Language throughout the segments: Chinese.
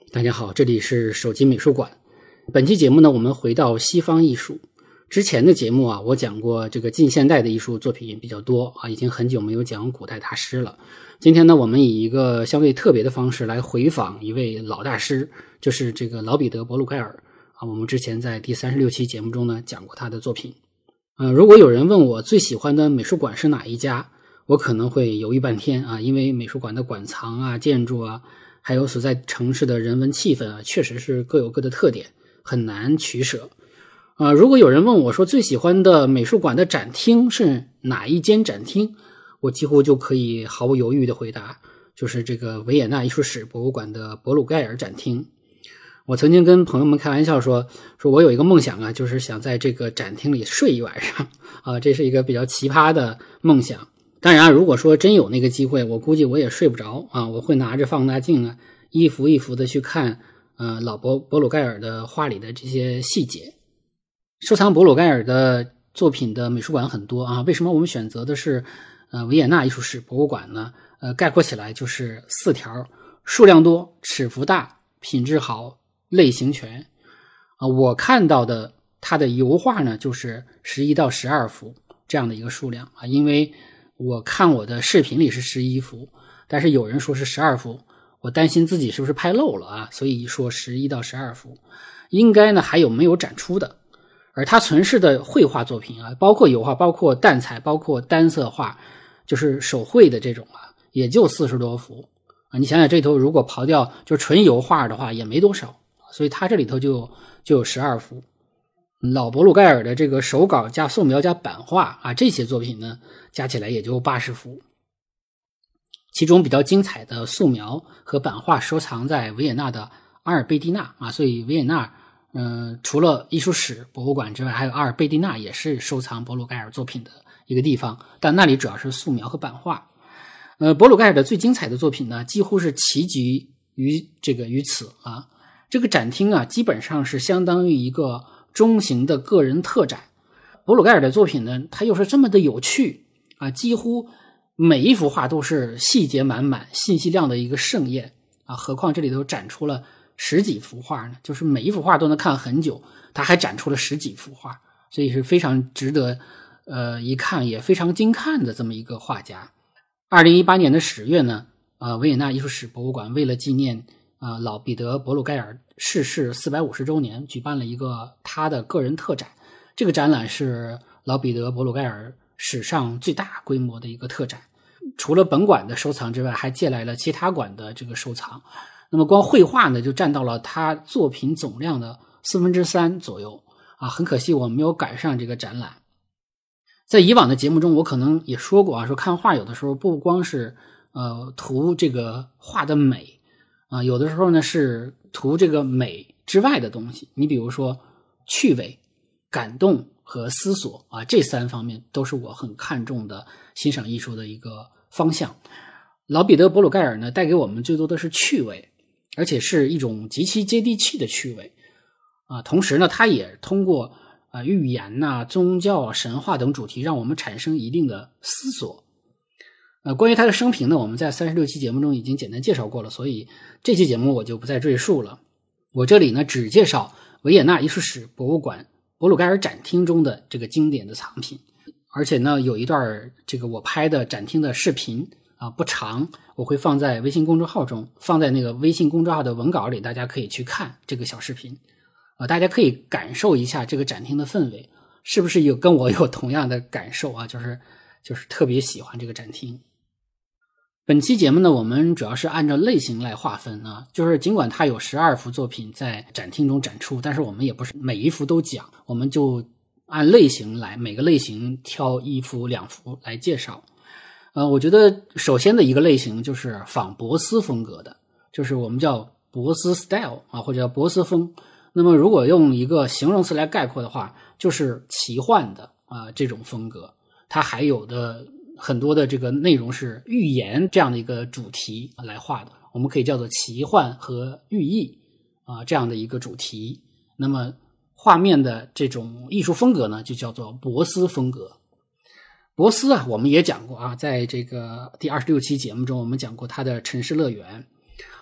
大家好，这里是手机美术馆。本期节目呢，我们回到西方艺术。之前的节目啊，我讲过这个近现代的艺术作品比较多啊，已经很久没有讲古代大师了。今天呢，我们以一个相对特别的方式来回访一位老大师，就是这个老彼得·博鲁盖尔啊。我们之前在第36期节目中呢讲过他的作品。如果有人问我最喜欢的美术馆是哪一家，我可能会犹豫半天啊，因为美术馆的馆藏啊、建筑啊，还有所在城市的人文气氛啊，确实是各有各的特点，很难取舍。如果有人问我说最喜欢的美术馆的展厅是哪一间展厅，我几乎就可以毫不犹豫的回答，就是这个维也纳艺术史博物馆的博鲁盖尔展厅。我曾经跟朋友们开玩笑说我有一个梦想啊，就是想在这个展厅里睡一晚上啊，这是一个比较奇葩的梦想。当然如果说真有那个机会，我估计我也睡不着啊，我会拿着放大镜啊，一幅一幅的去看老博鲁盖尔的画里的这些细节。收藏博鲁盖尔的作品的美术馆很多啊，为什么我们选择的是维也纳艺术史博物馆呢？概括起来就是4条：数量多、尺幅大、品质好、类型全。我看到的他的油画呢，就是11到12幅这样的一个数量啊，因为我看我的视频里是11幅，但是有人说是12幅，我担心自己是不是拍漏了啊，所以说11到12幅。应该呢还有没有展出的。而他存世的绘画作品啊，包括油画、包括淡彩、包括单色画，就是手绘的这种啊，也就40多幅啊。你想想这头如果刨掉就纯油画的话，也没多少，所以他这里头就有12幅。老博鲁盖尔的这个手稿加素描加版画啊，这些作品呢加起来也就80幅。其中比较精彩的素描和版画收藏在维也纳的阿尔贝蒂纳啊，所以维也纳除了艺术史博物馆之外，还有阿尔贝蒂纳也是收藏博鲁盖尔作品的一个地方，但那里主要是素描和版画。博鲁盖尔的最精彩的作品呢，几乎是齐集于此啊。这个展厅啊，基本上是相当于一个中型的个人特展。博鲁盖尔的作品呢，它又是这么的有趣啊，几乎每一幅画都是细节满满、信息量的一个盛宴啊。何况这里头展出了10几幅画呢，就是每一幅画都能看很久，他还展出了10几幅画，所以是非常值得一看也非常精看的这么一个画家。2018年的10月呢，维也纳艺术史博物馆为了纪念老彼得·博鲁盖尔逝世450周年，举办了一个他的个人特展。这个展览是老彼得·博鲁盖尔史上最大规模的一个特展，除了本馆的收藏之外，还借来了其他馆的这个收藏。那么光绘画呢，就占到了他作品总量的3/4左右啊！很可惜我没有赶上这个展览。在以往的节目中，我可能也说过啊，说看画有的时候不光是图这个画的美啊，有的时候呢是图这个美之外的东西。你比如说趣味、感动和思索啊，这3方面都是我很看重的欣赏艺术的一个方向。老彼得·博鲁盖尔呢，带给我们最多的是趣味，而且是一种极其接地气的趣味啊。同时呢，他也通过寓言宗教神话等主题，让我们产生一定的思索。关于他的生平呢，我们在36期节目中已经简单介绍过了，所以这期节目我就不再赘述了。我这里呢，只介绍维也纳艺术史博物馆博鲁盖尔展厅中的这个经典的藏品，而且呢，有一段这个我拍的展厅的视频不长，我会放在微信公众号中，放在那个微信公众号的文稿里，大家可以去看这个小视频大家可以感受一下这个展厅的氛围，是不是跟我有同样的感受啊？就是特别喜欢这个展厅。本期节目呢，我们主要是按照类型来划分啊，就是尽管它有12幅作品在展厅中展出，但是我们也不是每一幅都讲，我们就按类型来，每个类型挑1幅2幅来介绍。我觉得首先的一个类型就是仿博斯风格的，就是我们叫博斯 style 或者叫博斯风。那么如果用一个形容词来概括的话，就是奇幻的这种风格。它还有的很多的这个内容是寓言这样的一个主题来画的，我们可以叫做奇幻和寓意这样的一个主题。那么画面的这种艺术风格呢，就叫做博斯风格。博斯我们也讲过在这个第26期节目中，我们讲过他的城市乐园。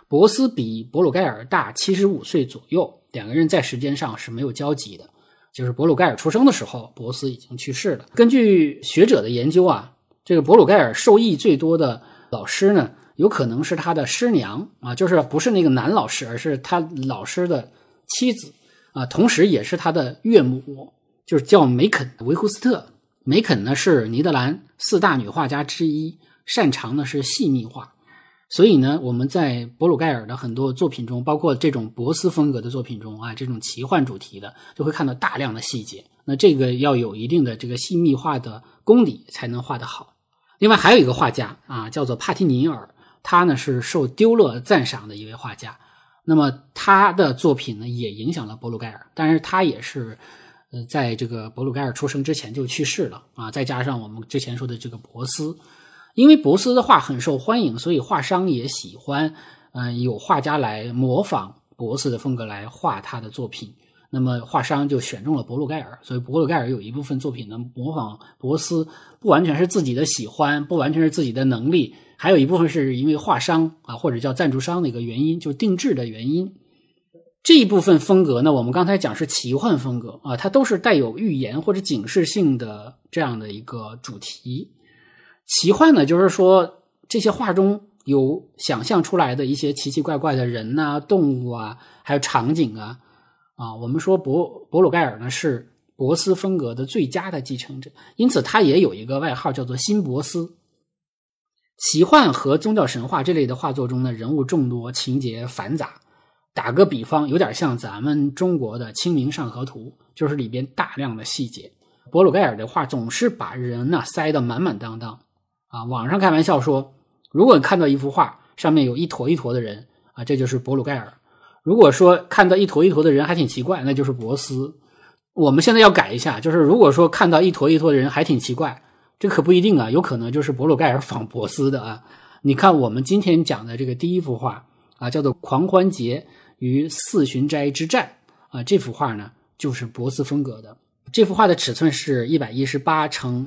博斯比博鲁盖尔大75岁左右，两个人在时间上是没有交集的。就是博鲁盖尔出生的时候，博斯已经去世了。根据学者的研究啊，这个博鲁盖尔受益最多的老师呢，有可能是他的师娘啊，就是不是那个男老师，而是他老师的妻子啊，同时也是他的岳母，就是叫梅肯·维胡斯特。梅肯呢是尼德兰4大女画家之一，擅长的是细密画。所以呢，我们在博鲁盖尔的很多作品中，包括这种博斯风格的作品中啊，这种奇幻主题的，就会看到大量的细节。那这个要有一定的这个细密画的功底才能画得好。另外还有一个画家啊，叫做帕提尼尔，他呢是受丢勒赞赏的一位画家。那么他的作品呢也影响了博鲁盖尔，但是他也是在这个博鲁盖尔出生之前就去世了啊。再加上我们之前说的这个博斯。因为博斯的画很受欢迎，所以画商也喜欢有画家来模仿博斯的风格来画他的作品。那么画商就选中了博鲁盖尔，所以博鲁盖尔有一部分作品呢模仿博斯，不完全是自己的喜欢，不完全是自己的能力，还有一部分是因为画商啊或者叫赞助商的一个原因，就是定制的原因。这一部分风格呢，我们刚才讲是奇幻风格啊，它都是带有预言或者警示性的这样的一个主题。奇幻呢，就是说这些画中有想象出来的一些奇奇怪怪的人啊、动物啊，还有场景啊。我们说博鲁盖尔呢是博斯风格的最佳的继承者，因此他也有一个外号叫做新博斯。奇幻和宗教神话这类的画作中呢，人物众多，情节繁杂。打个比方，有点像咱们中国的《清明上河图》，就是里边大量的细节。博鲁盖尔的画总是把人呢塞得满满当当。网上开玩笑说，如果看到一幅画上面有一坨一坨的人啊，这就是博鲁盖尔。如果说看到一坨一坨的人还挺奇怪，那就是博斯。我们现在要改一下，就是如果说看到一坨一坨的人还挺奇怪，这可不一定啊，有可能就是博鲁盖尔仿博斯的啊。你看我们今天讲的这个第一幅画啊，叫做《狂欢节与四旬斋之战》啊，这幅画呢就是博斯风格的。这幅画的尺寸是118乘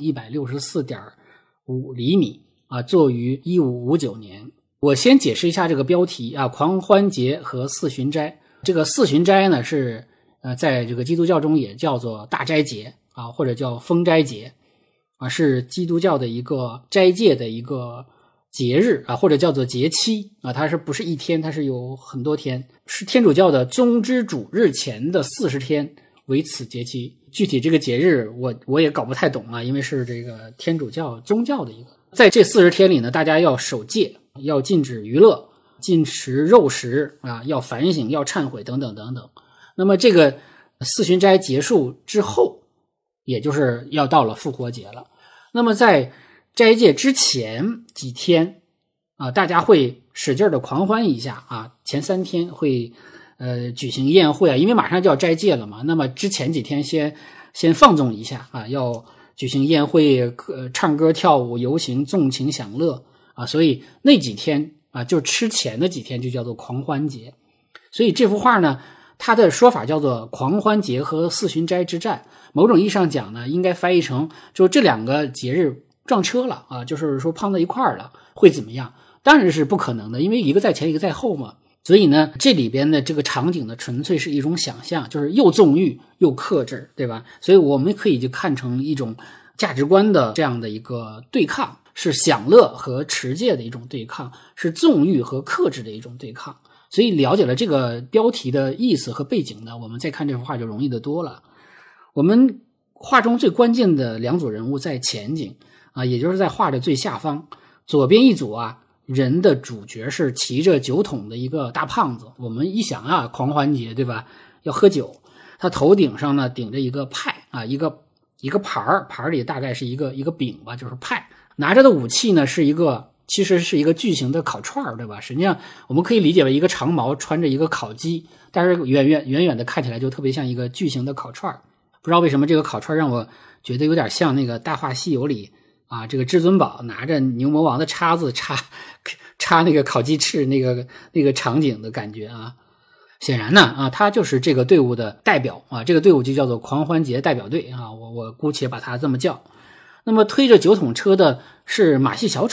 164.5厘米啊，作于1559年。我先解释一下这个标题啊，狂欢节和四旬斋。这个四旬斋呢是在这个基督教中也叫做大斋节啊，或者叫封斋节啊，是基督教的一个斋戒的一个节日啊，或者叫做节期啊，它是不是一天，它是有很多天，是天主教的宗之主日前的40天为此节期。具体这个节日我也搞不太懂啊，因为是这个天主教宗教的一个，在这40天里呢，大家要守戒，要禁止娱乐，禁食肉食啊，要反省，要忏悔等等等等。那么这个四旬斋结束之后，也就是要到了复活节了。那么在斋戒之前几天啊，大家会使劲的狂欢一下啊，前3天会举行宴会啊，因为马上就要斋戒了嘛。那么之前几天先放纵一下啊，要举行宴会、唱歌跳舞、游行、纵情享乐啊，所以那几天啊，就吃前的几天就叫做狂欢节。所以这幅画呢，它的说法叫做狂欢节和四旬斋之战。某种意义上讲呢，应该翻译成就这2个节日撞车了啊，就是说碰到一块儿了，会怎么样？当然是不可能的，因为一个在前一个在后嘛。所以呢，这里边的这个场景呢，纯粹是一种想象，就是又纵欲又克制，对吧？所以我们可以就看成一种价值观的这样的一个对抗，是享乐和持戒的一种对抗，是纵欲和克制的一种对抗。所以了解了这个标题的意思和背景呢，我们再看这幅画就容易得多了。我们画中最关键的2组人物在前景啊，也就是在画的最下方，左边一组啊，人的主角是骑着酒桶的一个大胖子。我们一想啊，狂欢节对吧，要喝酒，他头顶上呢顶着一个派啊，一个盘儿，盘儿里大概是一个饼吧，就是派。拿着的武器呢其实是一个巨型的烤串儿，对吧？实际上我们可以理解为一个长矛穿着一个烤鸡，但是远远的看起来就特别像一个巨型的烤串儿。不知道为什么这个烤串让我觉得有点像那个《大话西游》里啊，这个至尊宝拿着牛魔王的叉子插那个烤鸡翅那个场景的感觉啊。显然呢啊，他就是这个队伍的代表啊，这个队伍就叫做狂欢节代表队啊，我姑且把它这么叫。那么推着酒桶车的是马戏小丑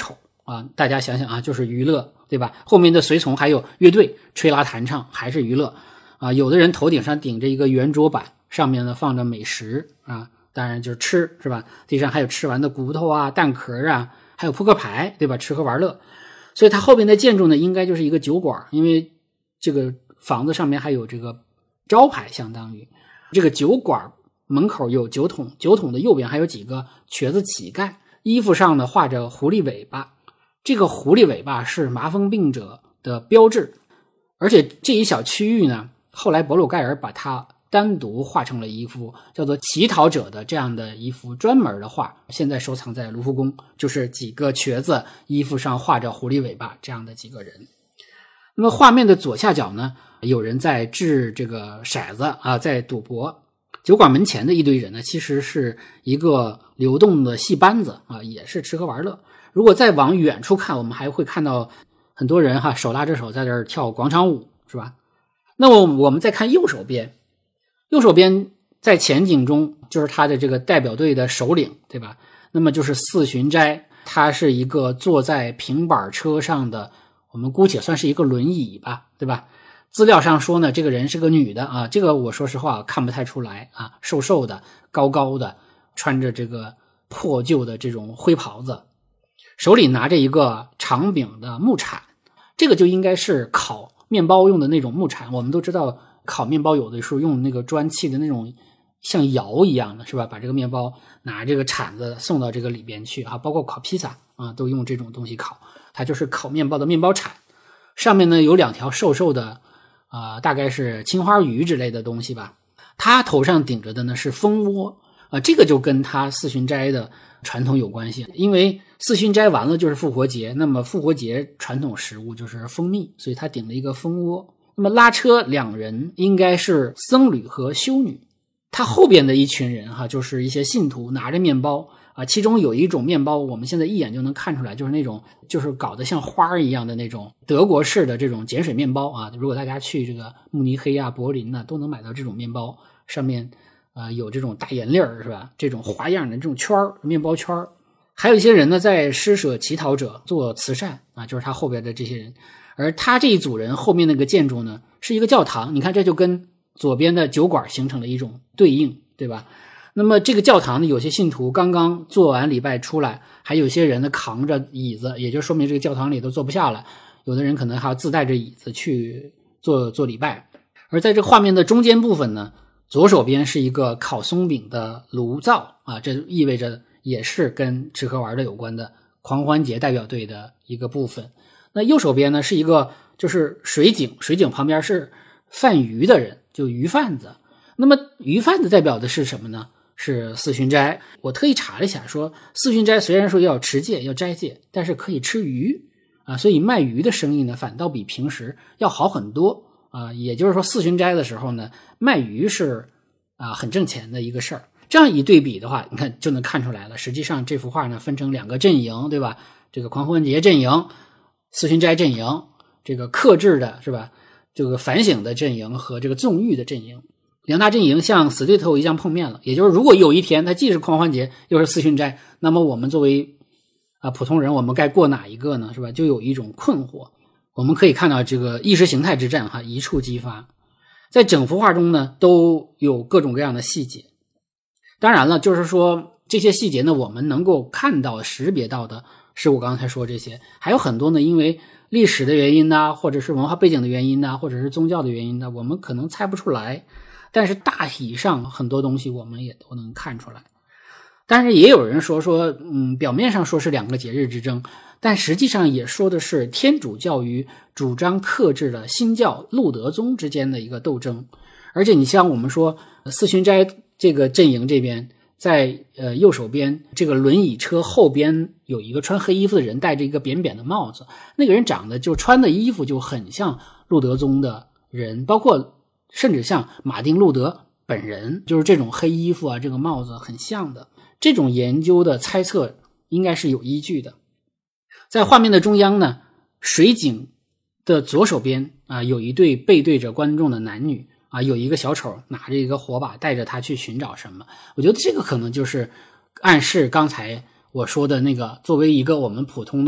啊，大家想想啊，就是娱乐，对吧？后面的随从还有乐队吹拉弹唱，还是娱乐啊。有的人头顶上顶着一个圆桌板，上面呢放着美食啊，当然就是吃，是吧？地上还有吃完的骨头啊、蛋壳啊，还有扑克牌，对吧？吃喝玩乐。所以它后边的建筑呢，应该就是一个酒馆，因为这个房子上面还有这个招牌，相当于这个酒馆门口有酒桶，酒桶的右边还有几个瘸子乞丐，衣服上呢画着狐狸尾巴，这个狐狸尾巴是麻风病者的标志。而且这一小区域呢，后来博鲁盖尔把它单独画成了一幅叫做乞讨者的这样的一幅专门的画，现在收藏在卢浮宫，就是几个瘸子衣服上画着狐狸尾巴这样的几个人。那么画面的左下角呢，有人在掷这个骰子啊，在赌博。酒馆门前的一堆人呢，其实是一个流动的戏班子啊，也是吃喝玩乐。如果再往远处看，我们还会看到很多人手拉着手在这儿跳广场舞，是吧？那么我们再看右手边在前景中就是他的这个代表队的首领，对吧？那么就是四旬斋，他是一个坐在平板车上的，我们姑且算是一个轮椅吧，对吧？资料上说呢，这个人是个女的啊，这个我说实话看不太出来啊，瘦瘦的，高高的，穿着这个破旧的这种灰袍子，手里拿着一个长柄的木铲，这个就应该是烤面包用的那种木铲。我们都知道烤面包有的时候用那个砖砌的那种像窑一样的，是吧？把这个面包拿这个铲子送到这个里边去啊，包括烤披萨啊，都用这种东西烤，它就是烤面包的面包铲。上面呢有两条瘦瘦的大概是青花鱼之类的东西吧。他头上顶着的呢是蜂窝这个就跟他四旬斋的传统有关系，因为四旬斋完了就是复活节，那么复活节传统食物就是蜂蜜，所以他顶了一个蜂窝。那么拉车两人应该是僧侣和修女，他后边的一群人就是一些信徒拿着面包其中有一种面包我们现在一眼就能看出来，就是那种就是搞得像花一样的那种德国式的这种碱水面包如果大家去这个慕尼黑柏林都能买到这种面包，上面有这种大眼粒儿，是吧？这种花样的这种圈面包圈。还有一些人呢在施舍乞讨者做慈善就是他后边的这些人。而他这一组人后面那个建筑呢是一个教堂，你看这就跟左边的酒馆形成了一种对应，对吧？那么这个教堂呢，有些信徒刚刚做完礼拜出来，还有些人呢扛着椅子，也就说明这个教堂里都坐不下了，有的人可能还要自带着椅子去做礼拜。而在这画面的中间部分呢，左手边是一个烤松饼的炉灶这意味着也是跟吃喝玩的有关的狂欢节代表队的一个部分。那右手边呢是一个就是水井，水井旁边是贩鱼的人，就鱼贩子。那么鱼贩子代表的是什么呢？是四旬斋。我特意查了一下，说四旬斋虽然说要持戒要斋戒，但是可以吃鱼所以卖鱼的生意呢反倒比平时要好很多也就是说四旬斋的时候呢，卖鱼是很挣钱的一个事儿。这样一对比的话，你看就能看出来了，实际上这幅画呢分成两个阵营，对吧？这个狂欢节阵营，四旬斋阵营，这个克制的是吧？这个反省的阵营和这个纵欲的阵营，两大阵营像死对头一样碰面了。也就是如果有一天它既是狂欢节又是四旬斋，那么我们作为普通人，我们该过哪一个呢？是吧？就有一种困惑。我们可以看到这个意识形态之战一触即发，在整幅画中呢都有各种各样的细节。当然了，就是说这些细节呢我们能够看到识别到的是我刚才说这些，还有很多呢因为历史的原因或者是文化背景的原因或者是宗教的原因我们可能猜不出来，但是大体上很多东西我们也都能看出来。但是也有人说表面上说是两个节日之争，但实际上也说的是天主教与主张克制的新教路德宗之间的一个斗争。而且你像我们说四旬斋这个阵营这边，在右手边这个轮椅车后边有一个穿黑衣服的人，戴着一个扁扁的帽子，那个人长得就穿的衣服就很像路德宗的人，包括甚至像马丁路德本人，就是这种黑衣服这个帽子很像的。这种研究的猜测应该是有依据的。在画面的中央呢，水井的左手边有一对背对着观众的男女有一个小丑拿着一个火把带着他去寻找什么。我觉得这个可能就是暗示刚才我说的那个，作为一个我们普通的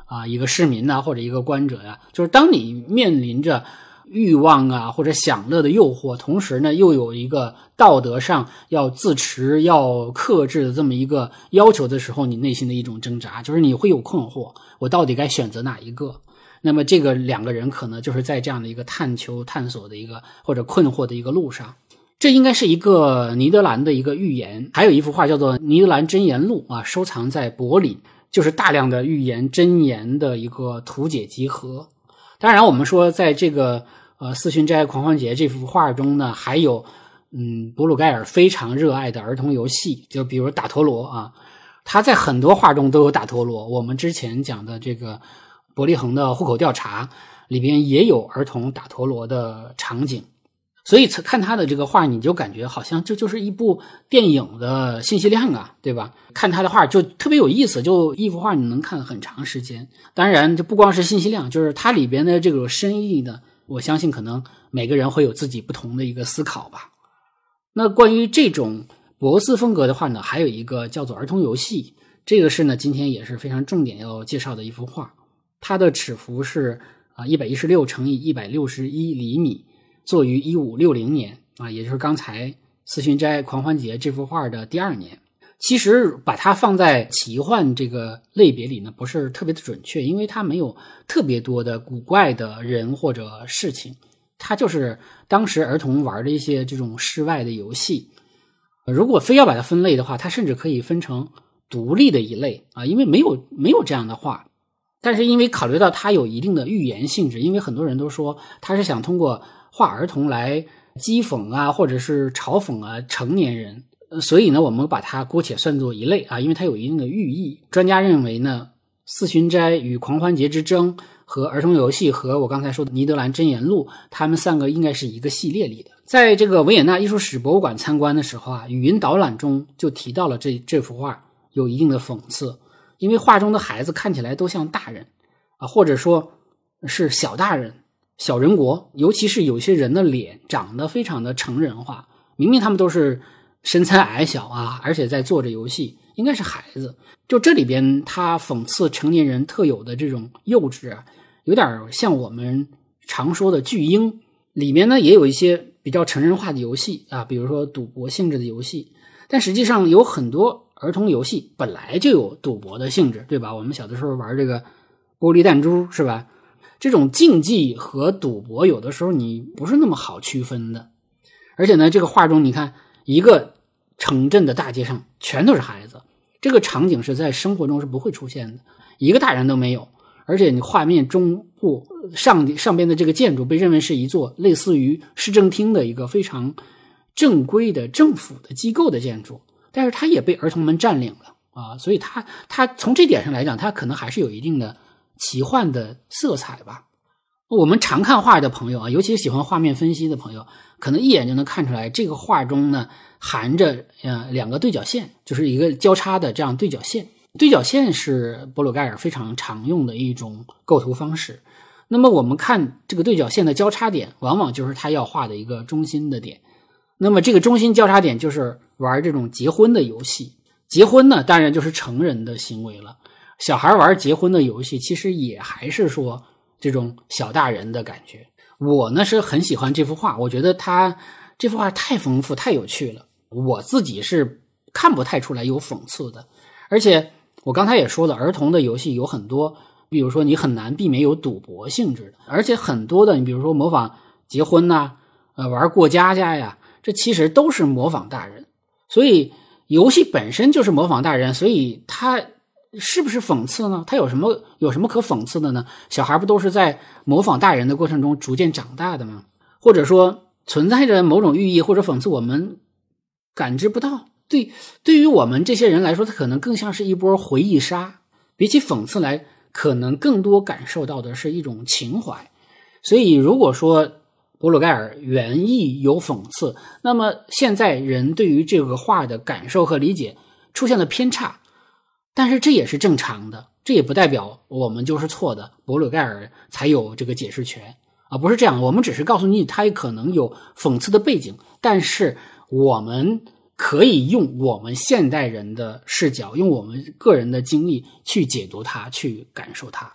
一个市民或者一个观者呀，就是当你面临着欲望或者享乐的诱惑，同时呢又有一个道德上要自持要克制的这么一个要求的时候，你内心的一种挣扎，就是你会有困惑，我到底该选择哪一个。那么这个两个人可能就是在这样的一个探求探索的一个或者困惑的一个路上。这应该是一个尼德兰的一个寓言，还有一幅画叫做《尼德兰箴言录》收藏在柏林，就是大量的寓言箴言的一个图解集合。当然我们说在这个四旬斋狂欢节这幅画中呢，还有博鲁盖尔非常热爱的儿童游戏，就比如打陀螺他在很多画中都有打陀螺。我们之前讲的这个伯利恒的户口调查里边也有儿童打陀螺的场景。所以看他的这个画，你就感觉好像这就是一部电影的信息量对吧？看他的画就特别有意思，就一幅画你能看很长时间。当然就不光是信息量，就是它里边的这个深意呢，我相信可能每个人会有自己不同的一个思考吧。那关于这种博斯风格的话呢，还有一个叫做儿童游戏，这个是呢今天也是非常重点要介绍的一幅画。它的尺幅是116乘以161厘米，作于1560年也就是刚才四旬斋狂欢节这幅画的第2年。其实把它放在奇幻这个类别里呢，不是特别的准确，因为它没有特别多的古怪的人或者事情，它就是当时儿童玩的一些这种室外的游戏。如果非要把它分类的话，它甚至可以分成独立的一类因为没有这样的画。但是因为考虑到它有一定的寓言性质，因为很多人都说他是想通过画儿童来讥讽或者是嘲讽成年人，所以呢我们把它姑且算作一类因为它有一定的寓意。专家认为呢，四旬斋与狂欢节之争和儿童游戏和我刚才说的尼德兰箴言录，他们3个应该是一个系列里的。在这个维也纳艺术史博物馆参观的时候语音导览中就提到了这幅画有一定的讽刺，因为画中的孩子看起来都像大人或者说是小大人小人国，尤其是有些人的脸长得非常的成人化，明明他们都是身材矮小而且在做着游戏，应该是孩子。就这里边他讽刺成年人特有的这种幼稚有点像我们常说的巨婴。里面呢也有一些比较成人化的游戏比如说赌博性质的游戏，但实际上有很多儿童游戏本来就有赌博的性质，对吧？我们小的时候玩这个玻璃弹珠是吧？这种竞技和赌博有的时候你不是那么好区分的。而且呢这个画中你看一个城镇的大街上全都是孩子，这个场景是在生活中是不会出现的，一个大人都没有。而且你画面中部上边的这个建筑被认为是一座类似于市政厅的一个非常正规的政府的机构的建筑，但是它也被儿童们占领了所以它从这点上来讲，它可能还是有一定的奇幻的色彩吧。我们常看画的朋友尤其是喜欢画面分析的朋友，可能一眼就能看出来这个画中呢含着2个对角线，就是一个交叉的这样对角线。对角线是博鲁盖尔非常常用的一种构图方式。那么我们看这个对角线的交叉点，往往就是他要画的一个中心的点。那么这个中心交叉点就是玩这种结婚的游戏。结婚呢当然就是成人的行为了，小孩玩结婚的游戏其实也还是说这种小大人的感觉。我呢是很喜欢这幅画，我觉得这幅画太丰富太有趣了，我自己是看不太出来有讽刺的。而且我刚才也说了，儿童的游戏有很多，比如说你很难避免有赌博性质的，而且很多的你比如说模仿结婚玩过家家呀，这其实都是模仿大人。所以游戏本身就是模仿大人，所以它是不是讽刺呢？它有什么可讽刺的呢？小孩不都是在模仿大人的过程中逐渐长大的吗？或者说存在着某种寓意或者讽刺我们感知不到。对于我们这些人来说，它可能更像是一波回忆杀，比起讽刺来可能更多感受到的是一种情怀。所以如果说博鲁盖尔原意有讽刺，那么现在人对于这个画的感受和理解出现了偏差，但是这也是正常的，这也不代表我们就是错的，博鲁盖尔才有这个解释权不是这样。我们只是告诉你他也可能有讽刺的背景，但是我们可以用我们现代人的视角，用我们个人的经历去解读它，去感受它。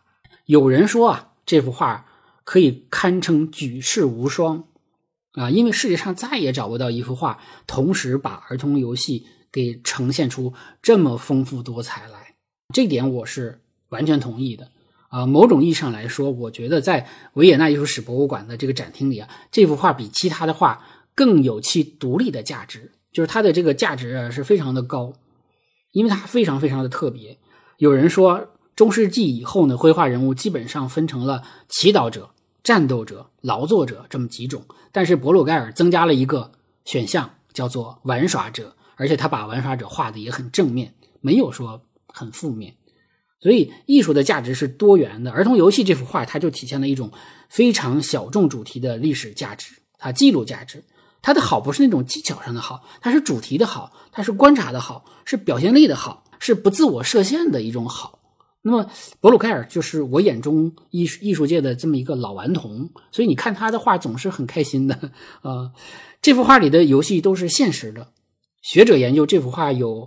有人说啊，这幅画可以堪称举世无双啊，因为世界上再也找不到一幅画同时把儿童游戏给呈现出这么丰富多彩来，这点我是完全同意的啊。某种意义上来说，我觉得在维也纳艺术史博物馆的这个展厅里啊，这幅画比其他的画更有其独立的价值，就是它的这个价值啊是非常的高，因为它非常非常的特别。有人说中世纪以后呢，绘画人物基本上分成了祈祷者、战斗者、劳作者这么几种，但是博鲁盖尔增加了一个选项叫做玩耍者，而且他把玩耍者画的也很正面，没有说很负面。所以艺术的价值是多元的，儿童游戏这幅画它就体现了一种非常小众主题的历史价值，它记录价值。它的好不是那种技巧上的好，它是主题的好，它是观察的好，是表现力的好，是不自我设限的一种好。那么博鲁盖尔就是我眼中艺术界的这么一个老顽童，所以你看他的画总是很开心的这幅画里的游戏都是现实的。学者研究这幅画有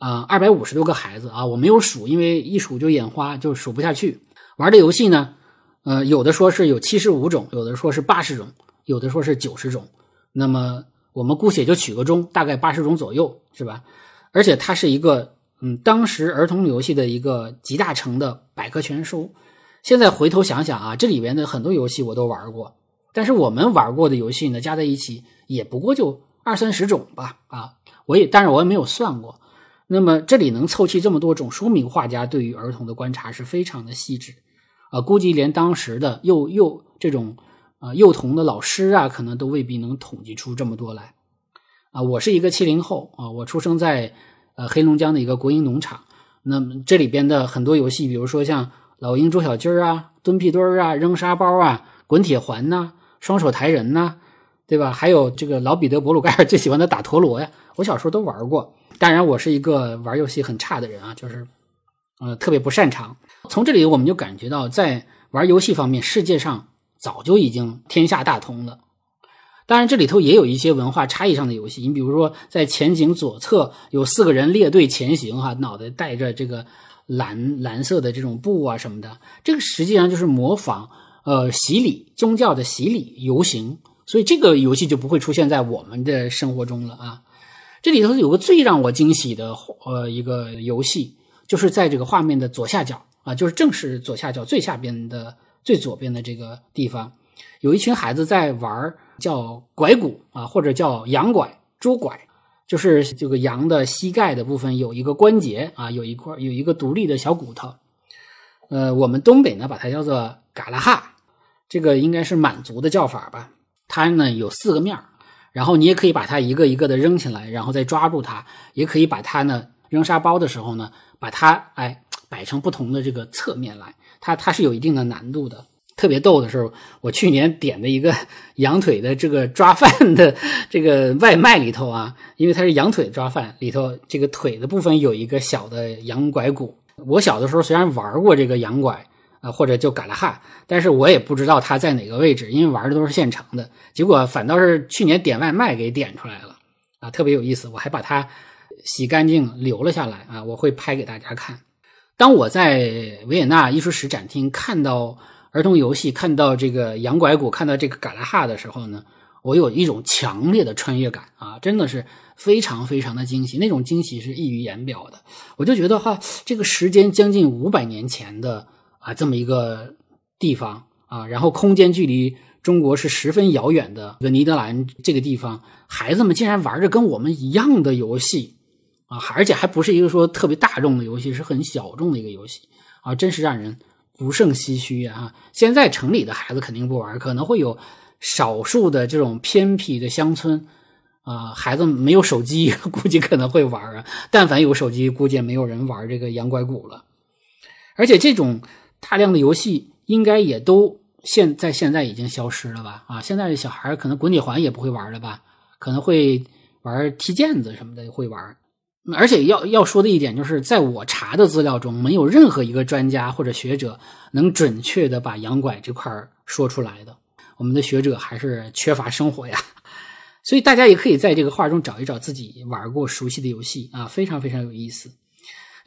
250多个孩子啊，我没有数，因为一数就眼花，就数不下去。玩的游戏呢有的说是有75种，有的说是80种，有的说是90种。那么我们姑且就取个中，大概80种左右，是吧？而且它是一个当时儿童游戏的一个集大成的百科全书。现在回头想想啊，这里边的很多游戏我都玩过，但是我们玩过的游戏呢，加在一起也不过就20-30种吧啊，当然我也没有算过。那么这里能凑齐这么多种，说明画家对于儿童的观察是非常的细致估计连当时的这种幼童的老师啊，可能都未必能统计出这么多来我是一个70后我出生在黑龙江的一个国营农场。那么这里边的很多游戏，比如说像老鹰捉小鸡啊、蹲屁墩啊、扔沙包啊、滚铁环呐、双手抬人呐，对吧？还有这个老彼得博鲁盖尔最喜欢的打陀螺呀，我小时候都玩过。当然我是一个玩游戏很差的人啊，就是特别不擅长。从这里我们就感觉到在玩游戏方面，世界上早就已经天下大同了。当然这里头也有一些文化差异上的游戏，你比如说在前景左侧有4个人列队前行脑袋带着这个蓝色的这种布啊什么的，这个实际上就是模仿洗礼，宗教的洗礼游行，所以这个游戏就不会出现在我们的生活中了啊。这里头有个最让我惊喜的一个游戏，就是在这个画面的左下角就是正是左下角最下边的最左边的这个地方，有一群孩子在玩叫拐骨或者叫羊拐、猪拐，就是这个羊的膝盖的部分有一个关节有一个独立的小骨头。我们东北呢把它叫做嘎拉哈，这个应该是满族的叫法吧。它呢有4个面，然后你也可以把它一个一个的扔起来，然后再抓住它，也可以把它呢扔沙包的时候呢把它摆成不同的这个侧面来，它是有一定的难度的。特别逗的是，我去年点的一个羊腿的这个抓饭的这个外卖里头因为它是羊腿抓饭，里头这个腿的部分有一个小的羊拐骨。我小的时候虽然玩过这个羊拐或者就嘎拉哈，但是我也不知道它在哪个位置，因为玩的都是现成的，结果反倒是去年点外卖给点出来了特别有意思。我还把它洗干净留了下来我会拍给大家看。当我在维也纳艺术史展厅看到儿童游戏，看到这个羊拐骨，看到这个嘎拉哈的时候呢，我有一种强烈的穿越感真的是非常非常的惊喜，那种惊喜是溢于言表的。我就觉得这个时间将近500年前的这么一个地方然后空间距离中国是十分遥远的尼德兰这个地方，孩子们竟然玩着跟我们一样的游戏而且还不是一个说特别大众的游戏，是很小众的一个游戏真是让人不胜唏嘘现在城里的孩子肯定不玩，可能会有少数的这种偏僻的乡村孩子没有手机估计可能会玩但凡有手机估计没有人玩这个羊拐骨了。而且这种大量的游戏应该也都现在已经消失了吧现在的小孩可能滚铁环也不会玩了吧，可能会玩踢毽子什么的会玩。而且要说的一点就是，在我查的资料中，没有任何一个专家或者学者能准确的把羊拐这块说出来的。我们的学者还是缺乏生活呀。所以大家也可以在这个画中找一找自己玩过熟悉的游戏非常非常有意思。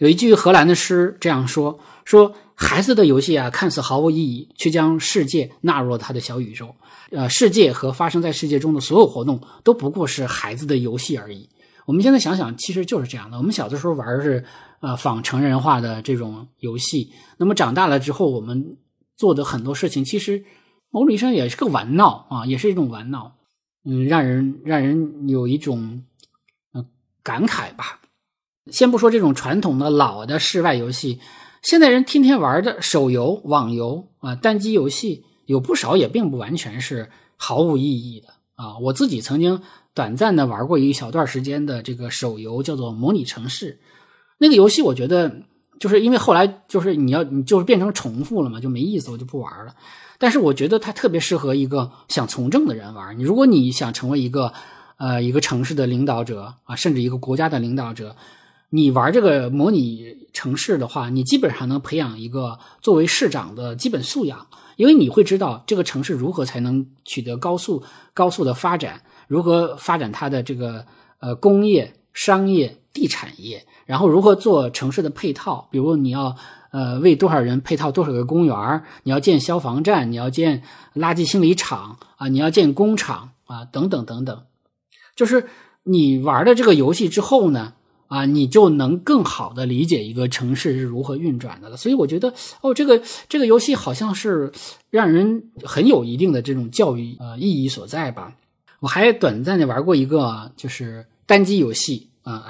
有一句荷兰的诗这样说孩子的游戏啊，看似毫无意义，却将世界纳入了他的小宇宙。世界和发生在世界中的所有活动都不过是孩子的游戏而已。我们现在想想，其实就是这样的。我们小的时候玩的是仿成人化的这种游戏，那么长大了之后，我们做的很多事情，其实某种意义上也是个玩闹啊，也是一种玩闹。让人有一种感慨吧。先不说这种传统的老的室外游戏，现代人天天玩的手游、网游单机游戏有不少也并不完全是毫无意义的啊。我自己曾经短暂的玩过一小段时间的这个手游，叫做模拟城市。那个游戏我觉得就是因为后来就是你就是变成重复了嘛，就没意思，我就不玩了。但是我觉得它特别适合一个想从政的人玩。如果你想成为一个城市的领导者啊，甚至一个国家的领导者，你玩这个模拟城市的话，你基本上能培养一个作为市长的基本素养，因为你会知道这个城市如何才能取得高速的发展，如何发展它的这个工业、商业、地产业，然后如何做城市的配套，比如你要为多少人配套多少个公园，你要建消防站，你要建垃圾清理厂啊，你要建工厂啊，等等等等。就是你玩了这个游戏之后呢，你就能更好的理解一个城市是如何运转的了。所以我觉得这个游戏好像是让人很有一定的这种教育意义所在吧。我还短暂的玩过一个就是单机游戏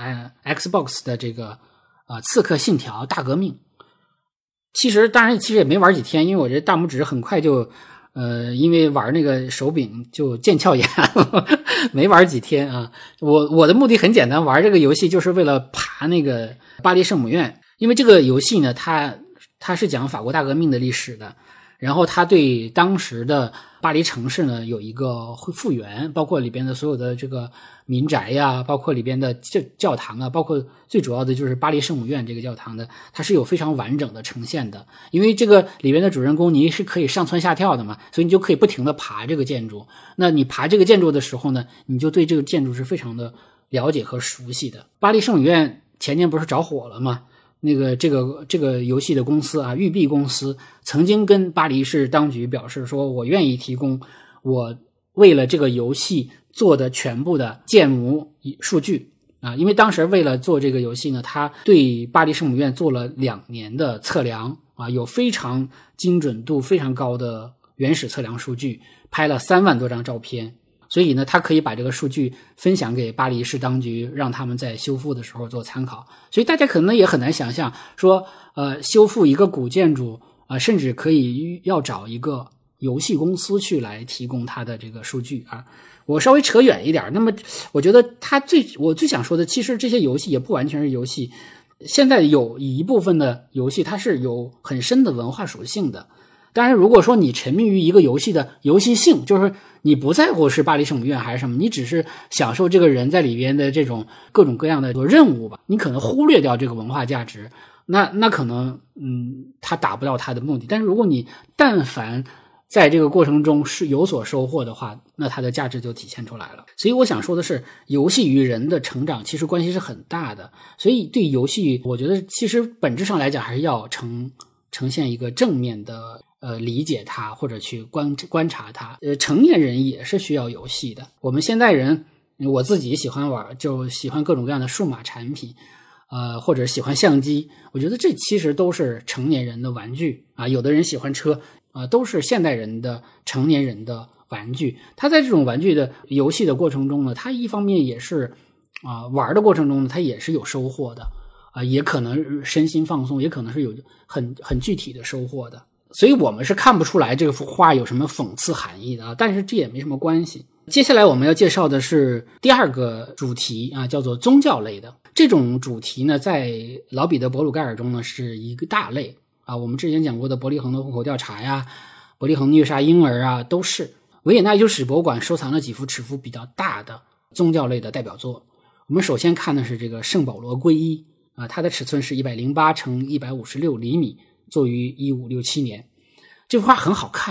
Xbox 的这个刺客信条大革命。其实也没玩几天，因为我这大拇指很快就因为玩那个手柄就腱鞘炎了，没玩几天啊。我的目的很简单，玩这个游戏就是为了爬那个巴黎圣母院，因为这个游戏呢，它是讲法国大革命的历史的，然后它对当时的巴黎城市呢有一个复原，包括里边的所有的这个民宅呀，包括里边的教堂啊，包括最主要的就是巴黎圣母院这个教堂的，它是有非常完整的呈现的。因为这个里边的主人公你是可以上蹿下跳的嘛，所以你就可以不停的爬这个建筑。那你爬这个建筑的时候呢，你就对这个建筑是非常的了解和熟悉的。巴黎圣母院前年不是着火了吗？那个这个游戏的公司育碧公司曾经跟巴黎市当局表示说，我愿意提供我为了这个游戏做的全部的建模数据因为当时为了做这个游戏呢，他对巴黎圣母院做了2年的测量有非常精准度非常高的原始测量数据，拍了3万多张照片。所以呢，他可以把这个数据分享给巴黎市当局，让他们在修复的时候做参考。所以大家可能也很难想象说修复一个古建筑甚至可以要找一个游戏公司去来提供它的这个数据我稍微扯远一点，那么我觉得我最想说的，其实这些游戏也不完全是游戏，现在有一部分的游戏它是有很深的文化属性的。当然如果说你沉迷于一个游戏的游戏性，就是你不在乎是巴黎圣母院还是什么，你只是享受这个人在里边的这种各种各样的任务吧，你可能忽略掉这个文化价值，那可能他达不到他的目的。但是如果你但凡在这个过程中是有所收获的话，那它的价值就体现出来了。所以我想说的是，游戏与人的成长其实关系是很大的。所以对游戏，我觉得其实本质上来讲还是要呈现一个正面的理解它，或者去观察它。成年人也是需要游戏的。我们现代人，我自己喜欢玩，就喜欢各种各样的数码产品或者喜欢相机，我觉得这其实都是成年人的玩具有的人喜欢车都是现代人的成年人的玩具。他在这种玩具的游戏的过程中呢，他一方面也是玩的过程中呢，他也是有收获的也可能身心放松，也可能是有很具体的收获的。所以我们是看不出来这幅画有什么讽刺含义的但是这也没什么关系。接下来我们要介绍的是第2个主题叫做宗教类的。这种主题呢，在老彼得伯鲁盖尔中呢是一个大类我们之前讲过的伯利恒的户口调查呀，伯利恒虐杀婴儿都是。维也纳艺术史博物馆收藏了几幅尺幅比较大的宗教类的代表作。我们首先看的是这个圣保罗皈依它的尺寸是108乘156厘米，作于1567年。这幅画很好看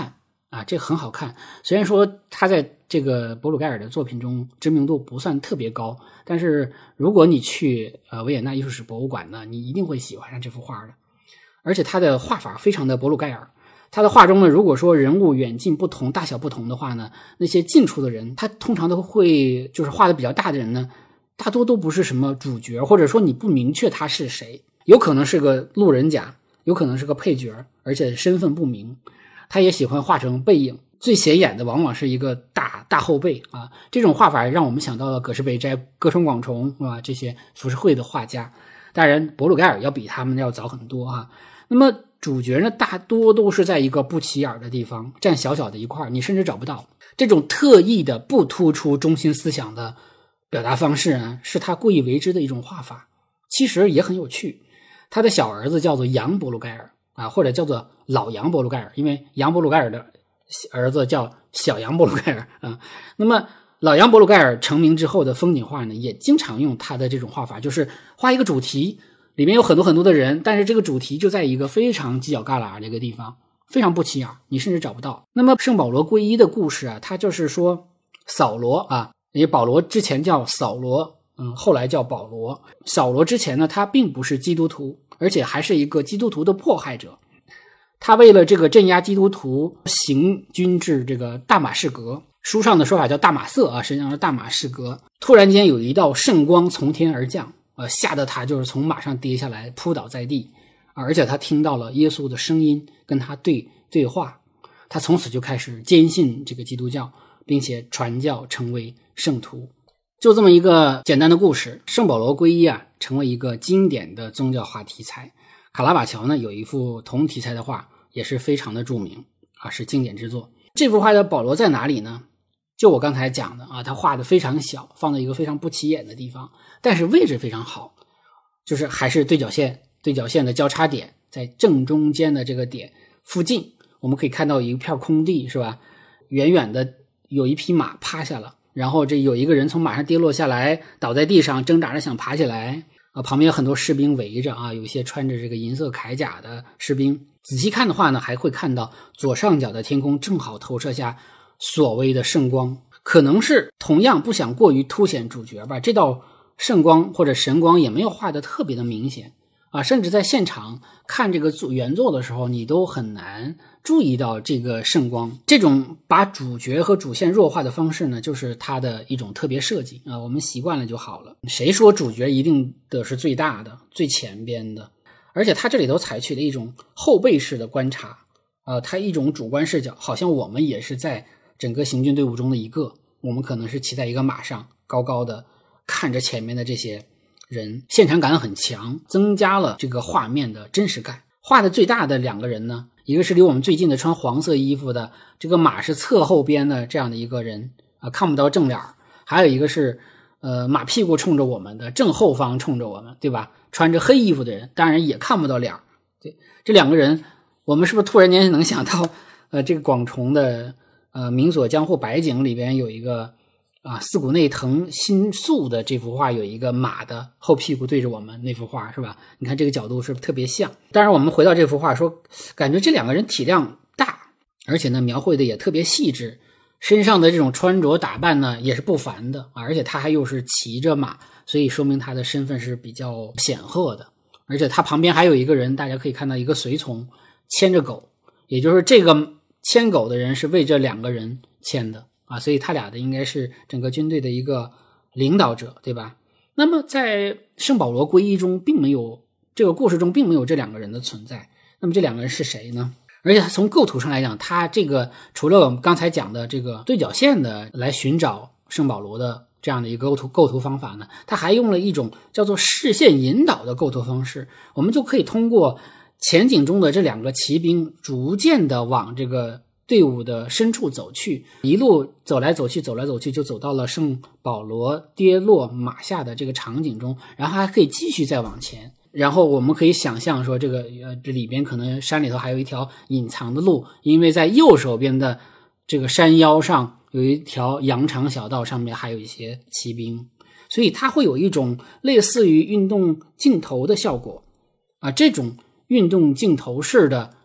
啊，这很好看。虽然说他在这个博鲁盖尔的作品中知名度不算特别高，但是如果你去维也纳艺术史博物馆呢，你一定会喜欢上这幅画的。而且他的画法非常的博鲁盖尔，他的画中呢，如果说人物远近不同、大小不同的话呢，那些近处的人，他通常都会就是画的比较大的人呢，大多都不是什么主角，或者说你不明确他是谁，有可能是个路人甲，有可能是个配角，而且身份不明。他也喜欢画成背影，最显眼的往往是一个大后背啊。这种画法让我们想到了葛饰北斋、歌川广重啊这些浮世绘的画家。当然，博鲁盖尔要比他们要早很多啊。那么主角呢，大多都是在一个不起眼的地方，占小小的一块，你甚至找不到。这种特意的不突出中心思想的表达方式呢，是他故意为之的一种画法，其实也很有趣。他的小儿子叫做杨博鲁盖尔啊，或者叫做老杨博鲁盖尔，因为杨博鲁盖尔的儿子叫小杨博鲁盖尔啊。那么老杨博鲁盖尔成名之后的风景画呢，也经常用他的这种画法，就是画一个主题，里面有很多的人，但是这个主题就在一个非常犄角旮旯这个地方，非常不起眼，你甚至找不到。那么圣保罗皈依的故事啊，他就是说扫罗啊，因为保罗之前叫扫罗，后来叫保罗。扫罗之前呢，他并不是基督徒，而且还是一个基督徒的迫害者。他为了这个镇压基督徒，行军至这个大马士革，书上的说法叫大马色啊，实际上是大马士革。突然间有一道圣光从天而降，吓得他就是从马上跌下来，扑倒在地，而且他听到了耶稣的声音，跟他对话。他从此就开始坚信这个基督教，并且传教成为圣徒。就这么一个简单的故事，圣保罗皈依啊，成为一个经典的宗教画题材。卡拉瓦乔呢，有一幅同题材的画，也是非常的著名啊，是经典之作。这幅画的保罗在哪里呢？就我刚才讲的啊，他画的非常小，放在一个非常不起眼的地方，但是位置非常好，就是还是对角线的交叉点，在正中间的这个点附近，我们可以看到一片空地，是吧？远远的有一匹马趴下了，然后这有一个人从马上跌落下来，倒在地上，挣扎着想爬起来旁边有很多士兵围着啊，有一些穿着这个银色铠甲的士兵。仔细看的话呢，还会看到左上角的天空正好投射下所谓的圣光，可能是同样不想过于凸显主角吧，这道圣光或者神光也没有画得特别的明显啊，甚至在现场看这个原作的时候，你都很难注意到这个圣光。这种把主角和主线弱化的方式呢，就是它的一种特别设计啊，我们习惯了就好了。谁说主角一定的是最大的、最前边的？而且它这里头采取了一种后背式的观察，它一种主观视角，好像我们也是在整个行军队伍中的一个，我们可能是骑在一个马上，高高的看着前面的这些人，现场感很强，增加了这个画面的真实感。画的最大的两个人呢，一个是离我们最近的穿黄色衣服的，这个马是侧后边的这样的一个人啊，看不到正脸，还有一个是马屁股冲着我们的，正后方冲着我们，对吧？穿着黑衣服的人，当然也看不到脸。对，这两个人，我们是不是突然间能想到这个广重的名所江户百景里边有一个四谷内藤新宿的这幅画，有一个马的后屁股对着我们那幅画，是吧？你看这个角度是不是特别像？当然我们回到这幅画说，感觉这两个人体量大，而且呢描绘的也特别细致，身上的这种穿着打扮呢也是不凡的而且他还又是骑着马，所以说明他的身份是比较显赫的。而且他旁边还有一个人，大家可以看到一个随从牵着狗，也就是这个牵狗的人是为这两个人牵的所以他俩的应该是整个军队的一个领导者，对吧？那么在圣保罗皈依中并没有，这个故事中并没有这两个人的存在。那么这两个人是谁呢？而且从构图上来讲，他这个除了我们刚才讲的这个对角线的来寻找圣保罗的这样的一个构图方法呢，他还用了一种叫做视线引导的构图方式。我们就可以通过前景中的这两个骑兵逐渐的往这个队伍的深处走去，一路走来走去就走到了圣保罗跌落马下的这个场景中，然后还可以继续再往前。然后我们可以想象说这里边可能山里头还有一条隐藏的路，因为在右手边的这个山腰上有一条羊肠小道，上面还有一些骑兵，所以它会有一种类似于运动镜头的效果这种运动镜头式的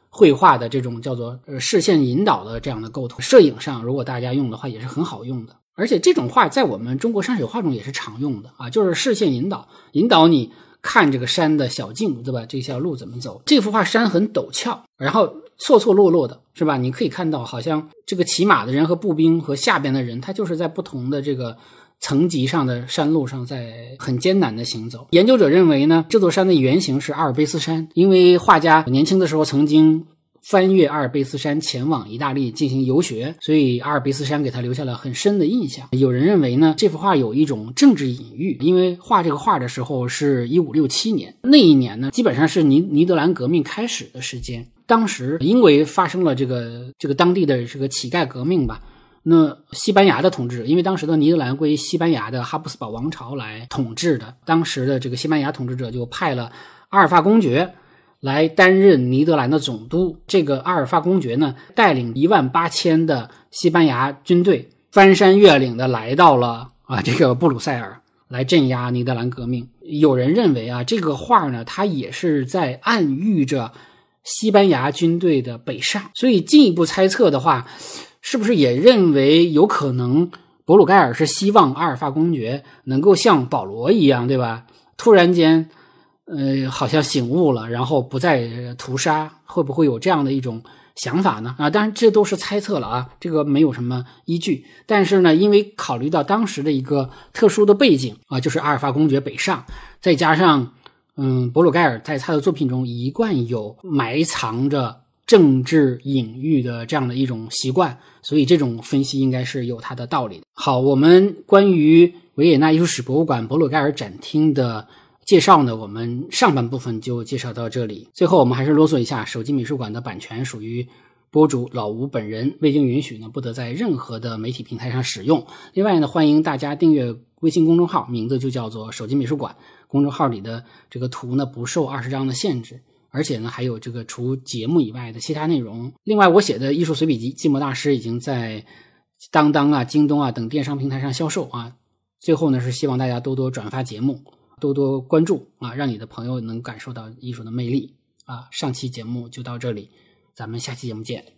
绘画的这种叫做视线引导的这样的构图，摄影上如果大家用的话也是很好用的。而且这种画在我们中国山水画中也是常用的啊，就是视线引导你看这个山的小径，对吧？这条路怎么走？这幅画山很陡峭，然后错错落落的，是吧？你可以看到好像这个骑马的人和步兵和下边的人，他就是在不同的这个层级上的山路上在很艰难的行走。研究者认为呢，这座山的原型是阿尔卑斯山，因为画家年轻的时候曾经翻越阿尔卑斯山前往意大利进行游学，所以阿尔卑斯山给他留下了很深的印象。有人认为呢，这幅画有一种政治隐喻，因为画这个画的时候是1567年，那一年呢基本上是尼德兰革命开始的时间。当时因为发生了这个当地的这个乞丐革命吧，那西班牙的统治，因为当时的尼德兰归西班牙的哈布斯堡王朝来统治的，当时的这个西班牙统治者就派了阿尔法公爵来担任尼德兰的总督。这个阿尔法公爵呢，带领18000的西班牙军队翻山越岭的来到了这个布鲁塞尔，来镇压尼德兰革命。有人认为这个画呢，它也是在暗喻着西班牙军队的北上。所以进一步猜测的话，是不是也认为有可能博鲁盖尔是希望阿尔法公爵能够像保罗一样，对吧？突然间好像醒悟了，然后不再屠杀，会不会有这样的一种想法呢？当然这都是猜测了这个没有什么依据。但是呢，因为考虑到当时的一个特殊的背景就是阿尔法公爵北上，再加上博鲁盖尔在他的作品中一贯有埋藏着政治隐喻的这样的一种习惯，所以这种分析应该是有它的道理的。好，我们关于维也纳艺术史博物馆博鲁盖尔展厅的介绍呢，我们上半部分就介绍到这里。最后我们还是啰嗦一下，手机美术馆的版权属于博主老吴本人，未经允许呢，不得在任何的媒体平台上使用。另外呢，欢迎大家订阅微信公众号，名字就叫做手机美术馆，公众号里的这个图呢不受20张的限制，而且呢还有这个除节目以外的其他内容。另外我写的艺术随笔集《寂寞大师》已经在当当京东等电商平台上销售最后呢是希望大家多多转发节目，多多关注让你的朋友能感受到艺术的魅力上期节目就到这里，咱们下期节目见。